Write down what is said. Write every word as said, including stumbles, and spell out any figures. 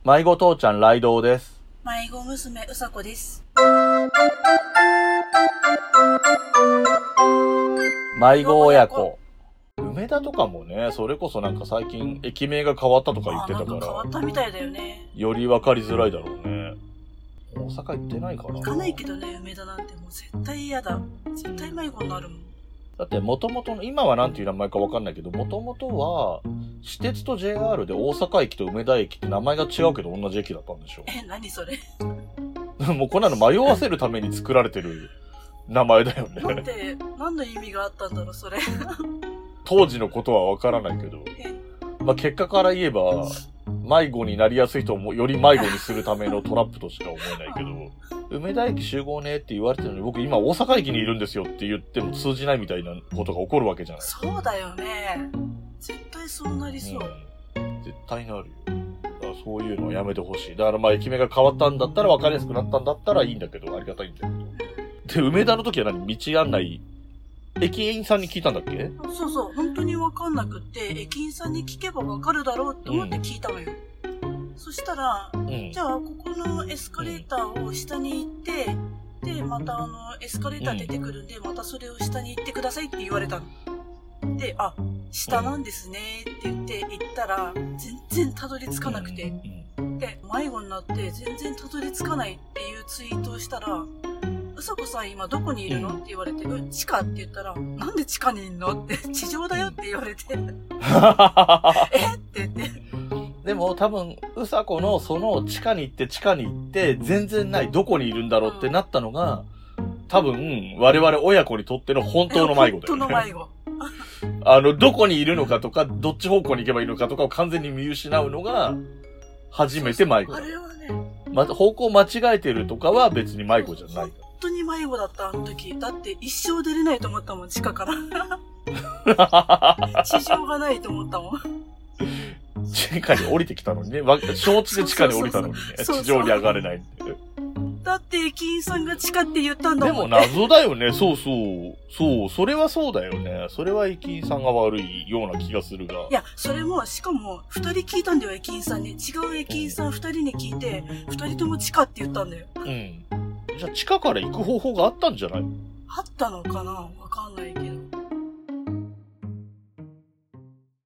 迷子父ちゃんライドウです。 迷子娘うさこです。 迷子親子。梅田とかもね、それこそなんか最近駅名が変わったとか言ってたから。 変わったみたいだよね。 より分かりづらいだろうね。大阪行ってないかな。 行かないけどね、梅田なんてもう絶対嫌だ。絶対迷子になるもん。 だって元々の、今はなんていう名前か分かんないけど、元々は、私鉄と ジェイアール で大阪駅と梅田駅って名前が違うけど同じ駅だったんでしょ。 え、何それもうこんなの迷わせるために作られてる名前だよね。 なんで、何の意味があったんだろう、それ。 当時のことは分からないけど。まあ、結果から言えば、迷子になりやすい人をより迷子にするためのトラップとしか思えないけど、梅田駅集合ねって言われてるのに、僕今大阪駅にいるんですよって言っても通じないみたいなことが起こるわけじゃない。 そうだよね。絶対そうなりそう。 うん、絶対なるよ。だからそういうのはやめてほしい。だからまあ駅名が変わったんだったら分かりやすくなったんだったらいいんだけど、ありがたいんだけど。で、梅田の時は何？道案内、駅員さんに聞いたんだっけ？ そうそう、本当に分かんなくって、駅員さんに聞けば分かるだろうと思って聞いたのよ。うん、そしたら、うん、じゃあここのエスカレーターを下に行って、で、またあの、エスカレーター出てくるんで、うん、またそれを下に行ってくださいって言われたの。で、あ、下なんですねって言って行ったら、全然たどり着かなくて。で、迷子になって全然たどり着かないっていうツイートをしたら、うさこさん今どこにいるのって言われて、うん、地下って言ったら、なんで地下にいんのって、地上だよって言われて。えって言って。 でも多分、うさこのその地下に行って地下に行って、全然ないどこにいるんだろうってなったのが、多分、我々親子にとっての本当の迷子だよね。 本当の迷子。 あの、どこにいるのかとか、どっち方向に行けばいいのかとかを完全に見失うのが、初めて迷子だ。 あれはね、 ま、方向間違えてるとかは別に迷子じゃない。 本当に迷子だった、あの時。だって一生出れないと思ったもん、地下から。地上がないと思ったもん。 地下に降りてきたのにね。承知で地下に降りたのにね。地上に上がれないんで。 だって駅員さんが地下って言ったんだもん、 ね。でも謎だよね。そうそう。そう。それはそうだよね。それは駅員さんが悪いような気がするが。 いや、それも、しかも、二人聞いたんだよ、駅員さんに。違う駅員さん二人に聞いて、二、うん、人とも地下って言ったんだよ。 うん。じゃあ地下から行く方法があったんじゃない？ あったのかな？わかんないけ